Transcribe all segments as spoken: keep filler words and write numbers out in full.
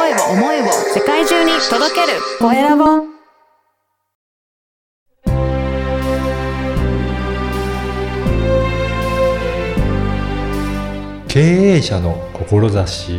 声を思いを世界中に届けるコエラボ。 経営者の志。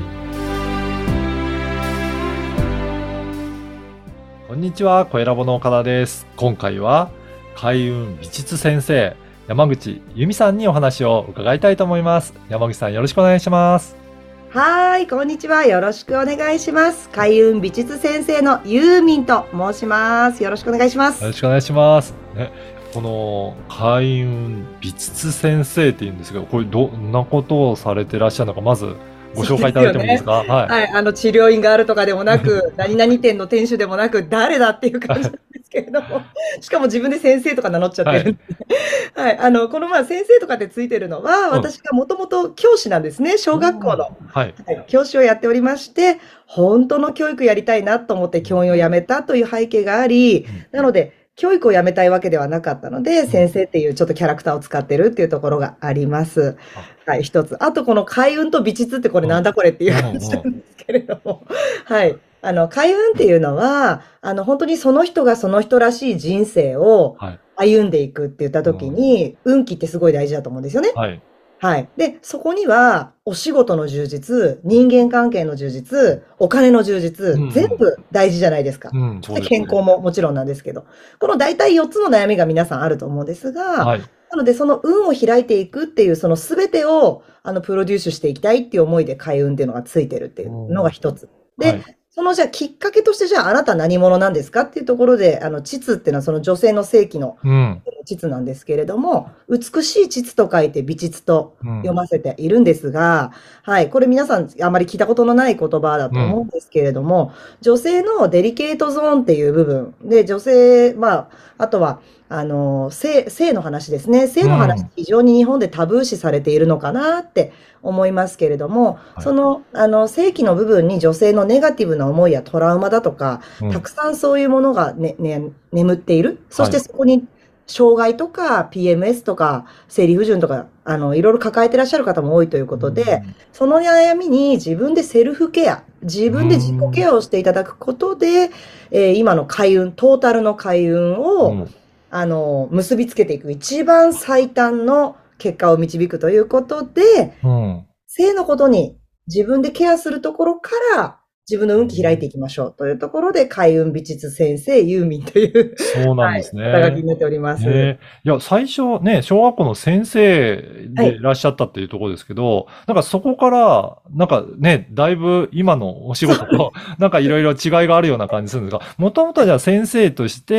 こんにちは、コエラボの岡田です。今回は開運美術先生山口由美さんにお話を伺いたいと思います。山口さん、よろしくお願いします。 はい、こんにちは。よろしくお願いします。開運美術先生のユーミンと申します。よろしくお願いします。 よろしくお願いします。ね、この開運美術先生っていうんですけど、これどんなことをされてらっしゃるのか、まずご紹介いただいてもいいですか？ ですよね。はい、はい、あの治療院があるとかでもなく、何々店の店主でもなく、誰だっていう感じなんですけれども、しかも自分で先生とか名乗っちゃってるんで、はい、はい、あのこのまあ先生とかってついてるのは、私がもともと教師なんですね。小学校の、はいはい、教師をやっておりまして、本当の教育やりたいなと思って教員を辞めたという背景があり、なので教育をやめたいわけではなかったので、先生っていうちょっとキャラクターを使ってるっていうところがあります。はい、一つ。あとこの開運と美術ってこれなんだこれっていう感じなんですけれども。はい。あの、開運っていうのは、あの、本当にその人がその人らしい人生を歩んでいくって言った時に、運気ってすごい大事だと思うんですよね。はい。はい。で、そこには、お仕事の充実、人間関係の充実、お金の充実、うんうん、全部大事じゃないですか。うん、そうですね。健康ももちろんなんですけど。この大体よっつの悩みが皆さんあると思うんですが、はい、なのでその運を開いていくっていう、その全てを、あの、プロデュースしていきたいっていう思いで開運っていうのがついてるっていうのが一つ。で、はい、そのじゃあきっかけとしてじゃああなた何者なんですかっていうところで、あの、膣っていうのはその女性の性器の膣なんですけれども、うん、美しい膣と書いて美膣と読ませているんですが、うん、はい、これ皆さんあまり聞いたことのない言葉だと思うんですけれども、うん、女性のデリケートゾーンっていう部分で、女性、まあ、あとは、あの、性、性の話ですね。性の話、非常に日本でタブー視されているのかなって思いますけれども、はい、その、あの、性器の部分に女性のネガティブな思いやトラウマだとか、うん、たくさんそういうものがね、ね、眠っている。そしてそこに、障害とか ピーエムエス とか生理不順とか、あの、いろいろ抱えてらっしゃる方も多いということで、うん、その悩みに自分でセルフケア、自分で自己ケアをしていただくことで、えー、今の開運、トータルの開運を、うん、あの、結びつけていく一番最短の結果を導くということで、うん、性のことに自分でケアするところから自分の運気開いていきましょうというところで、開運美術先生ユーミンという、 そうなんですね。 はい、肩書きになっております。 ね、いや、最初ね、小学校の先生でいらっしゃったっていうところですけど、はい、なんかそこから、なんかね、だいぶ今のお仕事と、なんかいろいろ違いがあるような感じするんですが、もともとはじゃあ先生として、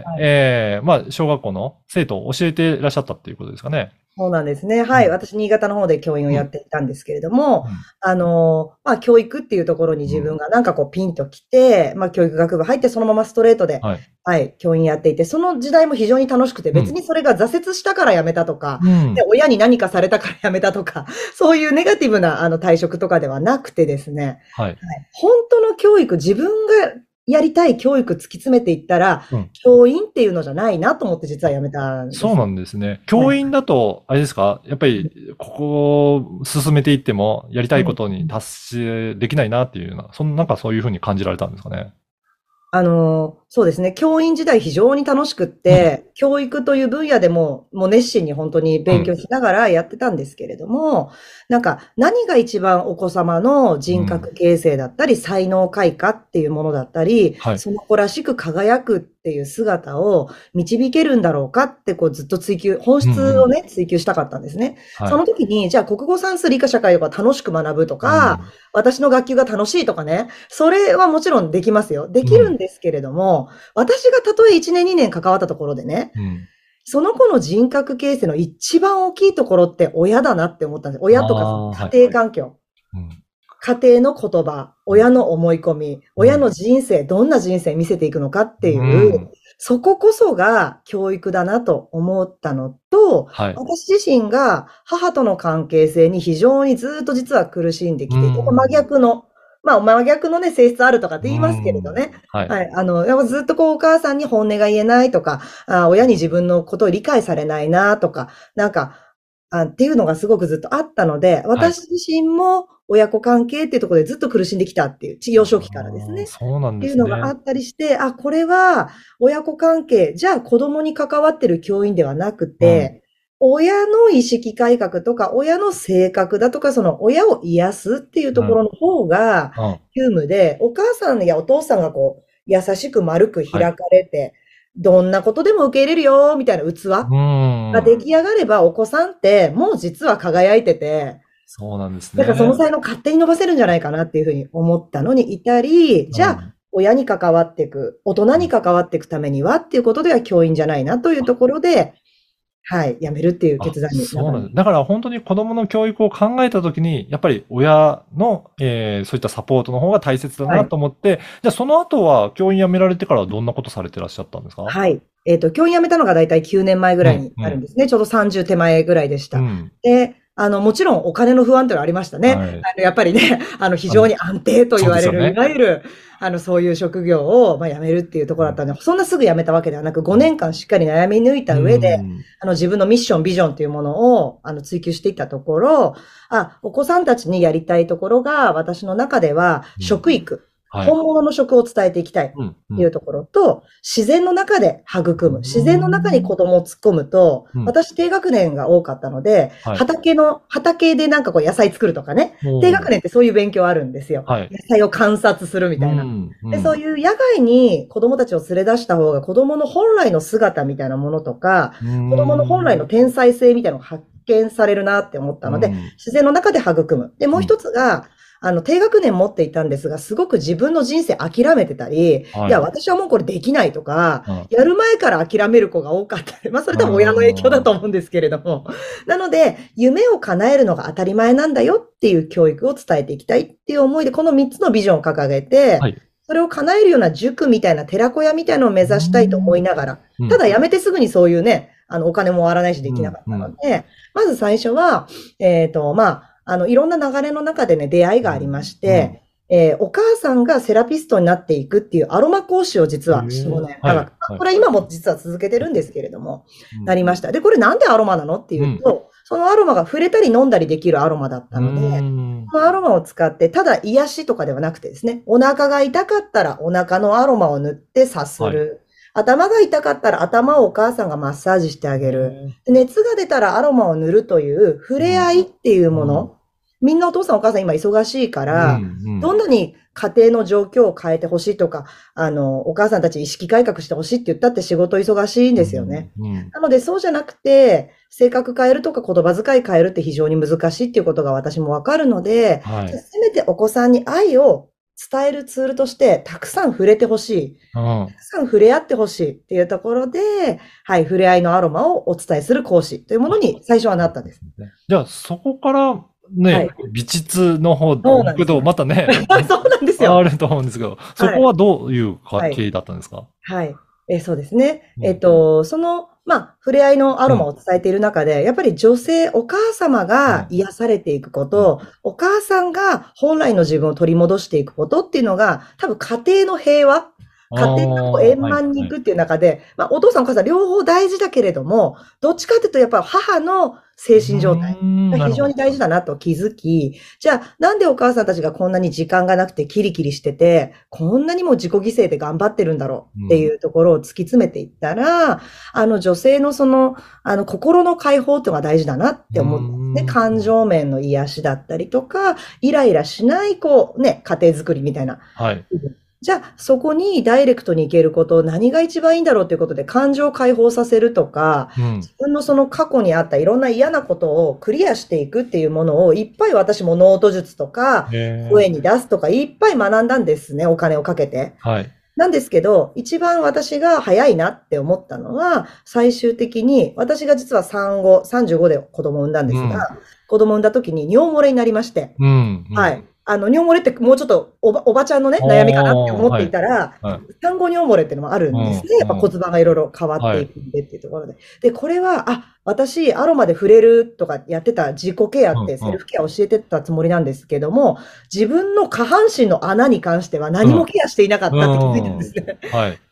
はい、ええー、まあ、小学校の生徒を教えていらっしゃったっていうことですかね。 そうなんですね。はい。うん、私、新潟の方で教員をやっていたんですけれども、うん、あの、まあ、教育っていうところに自分がなんかこうピンと来て、うん、まあ、教育学部入ってそのままストレートで、はい、はい、教員やっていて、その時代も非常に楽しくて、別にそれが挫折したから辞めたとか、うん、で親に何かされたから辞めたとか、そういうネガティブなあの退職とかではなくてですね、はいはい、本当の教育、自分がやりたい教育突き詰めていったら、うん、教員っていうのじゃないなと思って実は辞めたんです。 そうなんですね。教員だと、あれですか、やっぱり、ここを進めていっても、やりたいことに達し、できないなっていうような、そんなんかそういうふうに感じられたんですかね。 あの、そうですね。教員時代非常に楽しくって、うん、教育という分野でも、もう熱心に本当に勉強しながらやってたんですけれども、うん、なんか何が一番お子様の人格形成だったり、うん、才能開花っていうものだったり、はい、その子らしく輝くっていう姿を導けるんだろうかってこうずっと追求、本質をね、うんうん、追求したかったんですね。はい、その時に、じゃあ国語算数理科社会を楽しく学ぶとか、うん、私の学級が楽しいとかね、それはもちろんできますよ。できるんですけれども、うん、私がたとえいちねんにねん関わったところでね、うん、その子の人格形成の一番大きいところって親だなって思ったんです。親とか家庭環境。はい、うん家庭の言葉、親の思い込み、親の人生、どんな人生見せていくのかっていう、うん、そここそが教育だなと思ったのと、はい、私自身が母との関係性に非常にずっと実は苦しんできていて、うん、真逆の、まあ真逆のね、性質あるとかって言いますけれどね。はい。はい。あの、ずっとこうお母さんに本音が言えないとか、あ親に自分のことを理解されないなとか、なんか、 あっていうのがすごくずっとあったので、私自身も親子関係っていうところでずっと苦しんできたっていう、幼少期からですね。 そうなんってですね。 いうのがあったりして、あ、これは親子関係、じゃあ子供に関わってる教員ではなくて、うん、親の意識改革とか、親の性格だとか、その親を癒すっていうところの方が、急務で、うんうん、お母さんやお父さんがこう、優しく丸く開かれて、はい、どんなことでも受け入れるよ、みたいな器が出来上がれば、お子さんってもう実は輝いてて、 そうなんですね。 だからその才能勝手に伸ばせるんじゃないかなっていうふうに思ったのに至り、じゃあ、うん、親に関わっていく、大人に関わっていくためにはっていうことでは教員じゃないなというところで、はい、辞めるっていう決断になった。 そうなんです。だから本当に子供の教育を考えたときに、やっぱり親の、えー、そういったサポートの方が大切だなと思って、はい、じゃあその後は教員辞められてからはどんなことされてらっしゃったんですか？ はい。えっと、教員辞めたのがだいたいきゅうねんまえぐらいになるんですね。うんうん、ちょうどさんじゅう手前ぐらいでした。うん、で、あの、もちろんお金の不安というのはありましたね。はい、あのやっぱりね、あの、非常に安定と言われる、ね、いわゆる、あの、そういう職業を、まあ、辞めるっていうところだったので、うん、そんなすぐ辞めたわけではなく、ごねんかんしっかり悩み抜いた上で、うん、あの、自分のミッション、ビジョンというものを、あの、追求していったところ、あ、お子さんたちにやりたいところが、私の中では、食育。うんはい、本物の食を伝えていきたいというところと、うんうん、自然の中で育む。自然の中に子供を突っ込むと、うん、私低学年が多かったので、はい、畑の、畑でなんかこう野菜作るとかね、低学年ってそういう勉強あるんですよ。はい、野菜を観察するみたいな、うんうんで。そういう野外に子供たちを連れ出した方が子供の本来の姿みたいなものとか、子供の本来の天才性みたいなのが発見されるなって思ったので、うん、自然の中で育む。で、もう一つが、あの、低学年持っていたんですが、すごく自分の人生諦めてたり、はい、いや、私はもうこれできないとか、うん、やる前から諦める子が多かったり、まあ、それ多分親の影響だと思うんですけれども。なので、夢を叶えるのが当たり前なんだよっていう教育を伝えていきたいっていう思いで、このみっつのビジョンを掲げて、はい、それを叶えるような塾みたいな寺子屋みたいなのを目指したいと思いながら、うん、ただ辞めてすぐにそういうね、あの、お金も終わらないしできなかったので、うんうん、まず最初は、えっと、まあ、あの、いろんな流れの中でね、出会いがありまして、うんえー、お母さんがセラピストになっていくっていうアロマ講師を実はよねん長く、はいはい、これは今も実は続けてるんですけれども、うん、なりました。で、これなんでアロマなのっていうと、うん、そのアロマが触れたり飲んだりできるアロマだったので、うん、このアロマを使って、ただ癒しとかではなくてですね、お腹が痛かったらお腹のアロマを塗ってさする。はい頭が痛かったら頭をお母さんがマッサージしてあげる。熱が出たらアロマを塗るという触れ合いっていうもの。みんなお父さんお母さん今忙しいから、うんうん、どんなに家庭の状況を変えてほしいとか、あの、お母さんたち意識改革してほしいって言ったって仕事忙しいんですよね。うんうん、なのでそうじゃなくて、性格変えるとか言葉遣い変えるって非常に難しいっていうことが私もわかるので、はい、せめてお子さんに愛を伝えるツールとしてたくさん触れてほしい、うん。たくさん触れ合ってほしいっていうところで、はい、触れ合いのアロマをお伝えする講師というものに最初はなったんです。 じゃあそこからね、はい、美術の方で行くとまたね、 そうなんですよ。 あると思うんですけど、そこはどういう経緯だったんですか？ はい。はい、えそうですね。うん、えっと、その、まあ、触れ合いのアロマを伝えている中で、うん、やっぱり女性、お母様が癒されていくこと、うん、お母さんが本来の自分を取り戻していくことっていうのが、多分家庭の平和、家庭がこう円満に行くっていう中で、はいはい、まあ、お父さんお母さん両方大事だけれども、どっちかっていうとやっぱり母の精神状態が非常に大事だなと気づき、じゃあなんでお母さんたちがこんなに時間がなくてキリキリしてて、こんなにも自己犠牲で頑張ってるんだろうっていうところを突き詰めていったら、うん、あの女性のその、あの心の解放っていうのが大事だなって思ったんですね。感情面の癒しだったりとか、イライラしないこうね、家庭作りみたいな。はい。じゃあ、そこにダイレクトに行けること、何が一番いいんだろうということで、感情を解放させるとか、うん、自分のその過去にあったいろんな嫌なことをクリアしていくっていうものを、いっぱい私もノート術とか、声に出すとか、いっぱい学んだんですね、お金をかけて。はい。なんですけど、一番私が早いなって思ったのは、最終的に、私が実は産後、さんじゅうごで子供を産んだんですが、うん、子供を産んだ時に尿漏れになりまして、うんうん、はい。あの、尿漏れってもうちょっとおば、おばちゃんのね、悩みかなって思っていたら、はいはい、産後尿漏れっていうのもあるんですね。うん、やっぱ骨盤がいろいろ変わっていくんでっていうところで。はい、で、これは、あ、私、アロマで触れるとかやってた自己ケアってセルフケア教えてたつもりなんですけども、自分の下半身の穴に関しては何もケアしていなかったって気づいたんですね。うんうんはい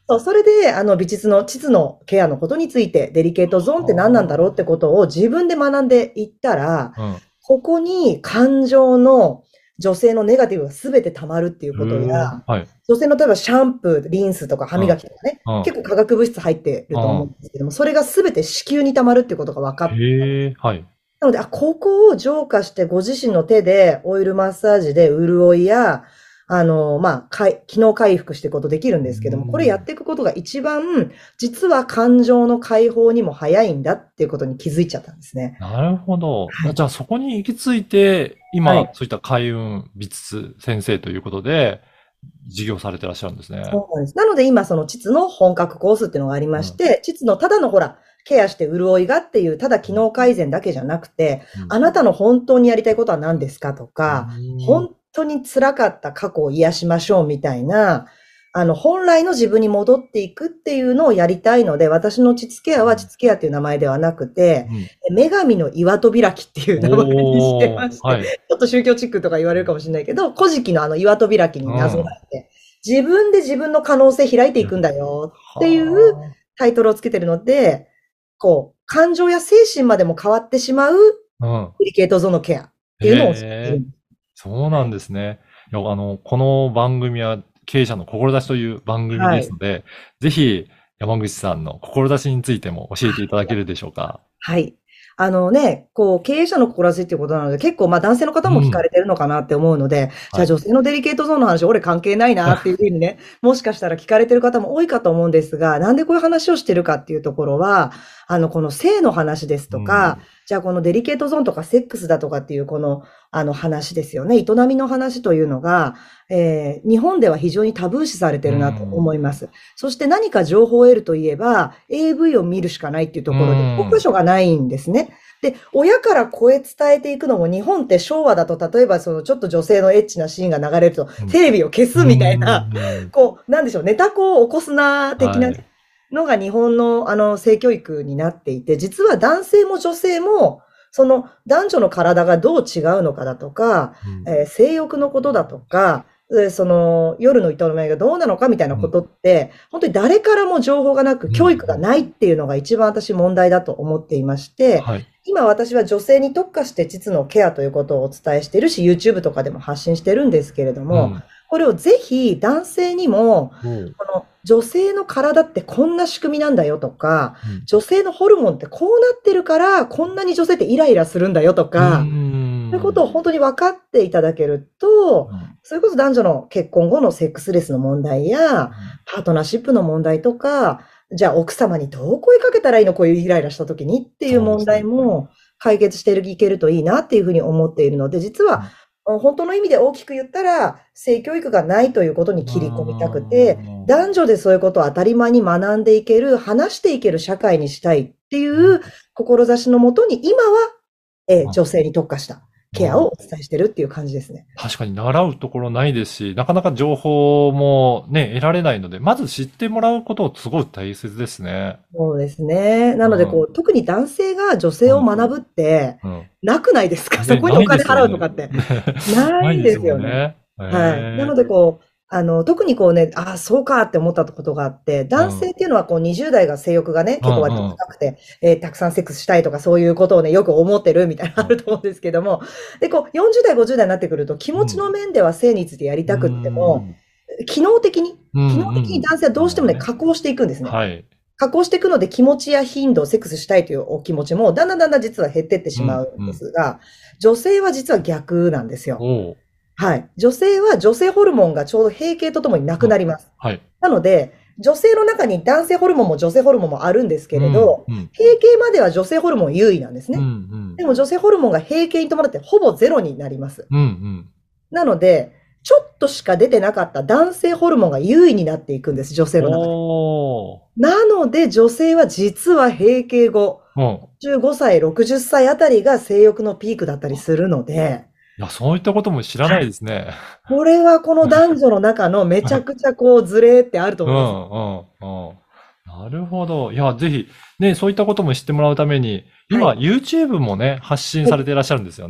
そう、それで、あの、美膣の、膣のケアのことについて、デリケートゾーンって何なんだろうってことを自分で学んでいったら、 うん。 ここに感情の女性のネガティブが全て溜まるっていうことへえ、 や、 はい。 女性の例えばシャンプー、リンスとか歯うん。 磨きとかね、 うん。 結構化学物質入ってると思うんうですけども、それが全て子宮に溜まるっていうことが分かん。 った。 へえ、はい。 なので、あ、ここを浄化してご自身の手でオイルマッサージで潤いや、あの、まあ、かい機能回復していくことできるんうですけども、これやっん。 ていくことが一番、実は感情の解放にも早いんだっていうことに気づいちゃったんですね。 なるほど。 はい。 じゃあそこに行き着いて、 は今、 い。 そういった開運美術先生ということで、授業されてらっしゃるんですね。 そうなんです。なので今その膣の本格コースっていうのがありうん。 まして、膣のただのほら、ケアして潤いがっていう、ただ機うん。 能改善だけじゃなくて、 うん。 あなたの本当にやりたいことは何ですかとうか、 ーん。 本当に辛かった過去を癒しましょうみたいな、あの、本来の自分に戻っていくっていうのをやりたいので、私の膣ケアは膣ケアっていう名前ではなくて、 うん。 女神の岩戸開きっていう名前にしてまおー、 しはて、 い。 ちょっと宗教チックとか言われるかもしれないけど、古事記のあの岩戸開きうになぞらん。 えて、自分で自分の可能性開いていいや、 くんだよっていうはタイトルをつけてるので、こう、感情や精神までも変わってしまうあ。うん。 デリケートゾーンのケアっていうのを教えていへえ、 るんです。 そうなんはい。 ですね。いや、あの、この番組は経営者の志という番組はい。 ですので、ぜひ山口さんの志についても教えていただけるでしょうか？ はい。あのね、こう、経営者の志っていうことなので、結構、ま、男性の方うん。 も聞かれてるのかなって思うので、じゃあはい。 女性のデリケートゾーンの話、俺関係ないなっていう風にね、もしかしたら聞かれてる方も多いかと思うんですが、なんでこういう話をしてるかっていうところは、あの、この性の話ですうとか、 ん。 じゃあこのデリケートゾーンとかセックスだとかっていうこの、あの、話ですよね。営みの話というのが、えー日本では非常にタブー視されてうるなと思いん。 ます。そして何か情報を得るといえば、エーブイ を見るしかないっていううところで、教科ん。 書がないんですね。で、親から子へ伝えていくのも、日本って昭和だと、例えばそのちょっと女性のエッチなシーンが流れると、 うん。 テレビを消うすみたいな、 ん。 こう、なんでしょう、ネタ子を起こすな的なはい。 のが日本のあの性教育になっていて、実は男性も女性も、その男女の体がどう違うのかだとか、 うん。 えー性欲のことだとか、えーその夜の営みがどうなのかみたいなうん。 ことって、本当に誰からも情報がなく、 うん。 教育がないっていうのが一番私問題だと思っていまして、 はい。 今私は女性に特化して膣のケアということをお伝えしているし、YouTube とかでも発信してるんですけれどうも、 ん。 これをぜひ男性にも、 おう。 この女性の体ってこんな仕組みなんだよとか、 うん。 女性のホルモンってこうなってるから、こんなに女性ってイライラするんだよとうか、そういうことをん。 本当に分かっていただけると、 うん。 それこそ男女の結婚後のセックスレスの問題や、パートナーシップの問題とか、じゃあ奥様にどう声かけたらいいのこういうイライラした時にっていう問そうですね。 題も解決していけるといいなっていうふうに思っているので、実はうん本当の意味で大きく言ったら、性教育がないということに切り込みたくて、 うん。 男女でそういうことを当たり前に学んでいける、話していける社会にしたいっていう志のもとに、今は、えー女性に特化したケアをお伝えしてるっていう感じですね。 確かに習うところないですし、なかなか情報もね、得られないので、まず知ってもらうことすごい大切ですね。 そうですね。なので、こう、特に男性が女性を学ぶって、 うん。うん。 なくないですか？そね、 こにお金ないですよね。 払うとかって。ないんですよね。 ね。 はい。 へなので、こう、あの、特にこうね、ああ、そうかって思ったことがあって、男性っていうのはこうにじゅう代が性欲がね、結構割と高くて、えーたくさんセックスしたいとかそういうことをね、よく思ってるみたいなのあると思うんですけども、で、こうよんじゅう代、ごじゅう代になってくると気持ちの面では性についてやりたくっても、機能的に、 うん、 機能的に男性はどうしてもね、加工していくんですね。 はい。 加工していくので気持ちや頻度、セックスしたいというお気持ちもだんだんだんだん実は減ってってしまうんですが、女性は実は逆なんですよ。 おう。 はい。女性は女性ホルモンがちょうど閉経とともになくなります。 はい。 なので、女性の中に男性ホルモンも女性ホルモンもあるんですけれど、 うんうん閉経までは女性ホルモン優位なんですね。 うんうんでも女性ホルモンが閉経に伴ってほぼゼロになります。 うんうんなので、ちょっとしか出てなかった男性ホルモンが優位になっていくんです、女性の中で。 おー。 なので、女性は実は閉経後、 うんじゅうごさい、ろくじゅっさいあたりが性欲のピークだったりするので、 いや、そういったことも知らないですね。 これはこの男女の中のめちゃくちゃこうズレってあるとうん思います。 うんうん。なるほど。いや、ぜひ、ね、そういったことも知ってもらうために、今、 はい YouTube もね、発信されていらっしゃるんですよね。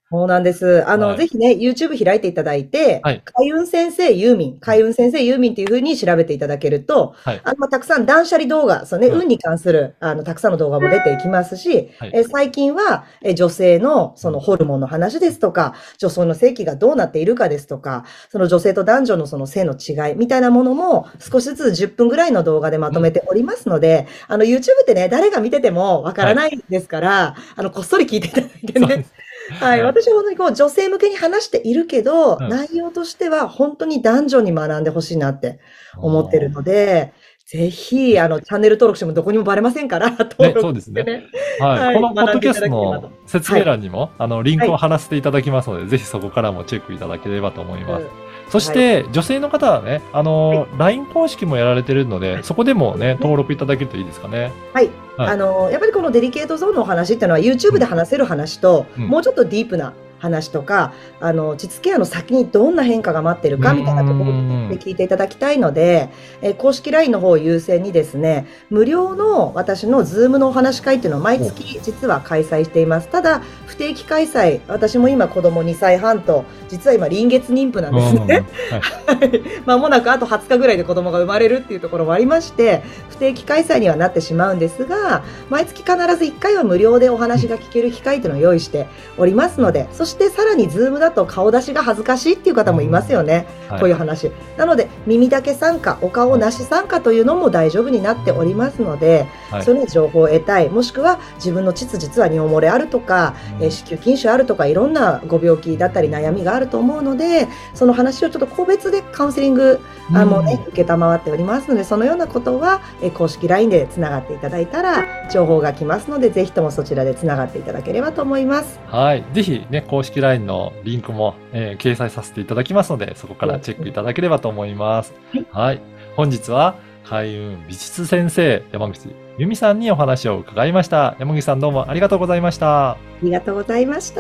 そうなんです。あの、 はい。 ぜひね、YouTube 開いていただいて、 はい。 開運先生ユーミン、 うん。 開運先生ユーミンっていう風に調べていただけると、 はい。 あの、ま、たくさん断捨離動画、そうね、 うん。 運に関する、あの、たくさんの動画も出ていきますし、 はい。 え、最近は、え、女性のうん。 そのホルモンの話ですとか、女装の性器がどうなっているかですとか、その女性と男女のその性の違いみたいなものも、少しずつじゅっぷんぐらいの動画でまうん。 とめておりますので、あの、YouTube ってね、誰が見ててもわかはい。 らないですから、あの、こっそり聞いていただいてね。 そうです。 はい、 はい。 私はほんとにこう、女性向けに話しているけど、 うん。 内容としてはほんとに男女に学んで欲しいなってあ思ってるのあ。 で、ぜひ、あの、チャンネル登録してもどこにもバレませんから、登ね、そ録うですね。 してね、 はい。 はい、 このポッ学んでいドキャストただければと。 の説はい。 明欄にも、あの、リンはい。 クを貼らせていただきますので、ぜひそこからもチェックいただければと思います。 うん。はい。 そして、女性の方はね、あはい。 の、ライン 公式もやられてるので、そこでもね、 そうですね。 登録いただけるといいですかね。 はい。 はい。 あの、やっぱりこのデリケートゾーンのお話ってのは、 う YouTube でん。 話せる話と、 うん。 もうちょっとディープな話とか、あの、膣ケアの先にどんな変化が待ってるうーかみたいなところでん。 聞いていただきたいので、え、公式 ライン の方を優先にですね、無料の私の Zoom のお話し会っていうのを毎お。 月実は開催しています。ただ、不定期開催、私も今子供にさいはんと、実は今臨月妊婦なんうですね。 んうんうん。はい。 はい。間もなくあとはつかぐらいで子供が生まれるっていうところもありまして、不定期開催にはなってしまうんですが、毎月必ずいっかいは無料でおうん。 話が聞ける機会っていうのを用意しておりますので、そしてさらに Zoom だと顔出しが恥ずかしいっていううー方もいますよん。 ね。 はい。 こういう話。なので、耳だけ参加、お顔うん。 なし参加というのも大丈夫になっておりますので、 はい。 そういうの情報を得たい、もしくは自分の膣実は尿漏れあるとか、え、 うん。 子宮筋腫あるとか、いろんなご病気だったり悩みがあると思うので、その話をちょっと個別でカウンセリング、 うあ、もうね、 ん。 承っておりますので、そのようなことは、え、公式 ライン で繋がっていただいたら、情報が来ますので、ぜひともそちらで繋がっていただければと思います。 はい。ぜひね、公式 ライン のリンクも、え、掲載させていただきますので、そこからチェックいただければと思います。 はい。 はい。本日は開運美術先生、山口由美さんにお話を伺いました。山口さんどうもありがとうございました。 ありがとうございました。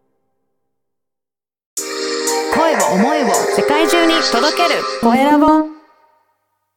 声を思いを世界中に届けるコエラボ。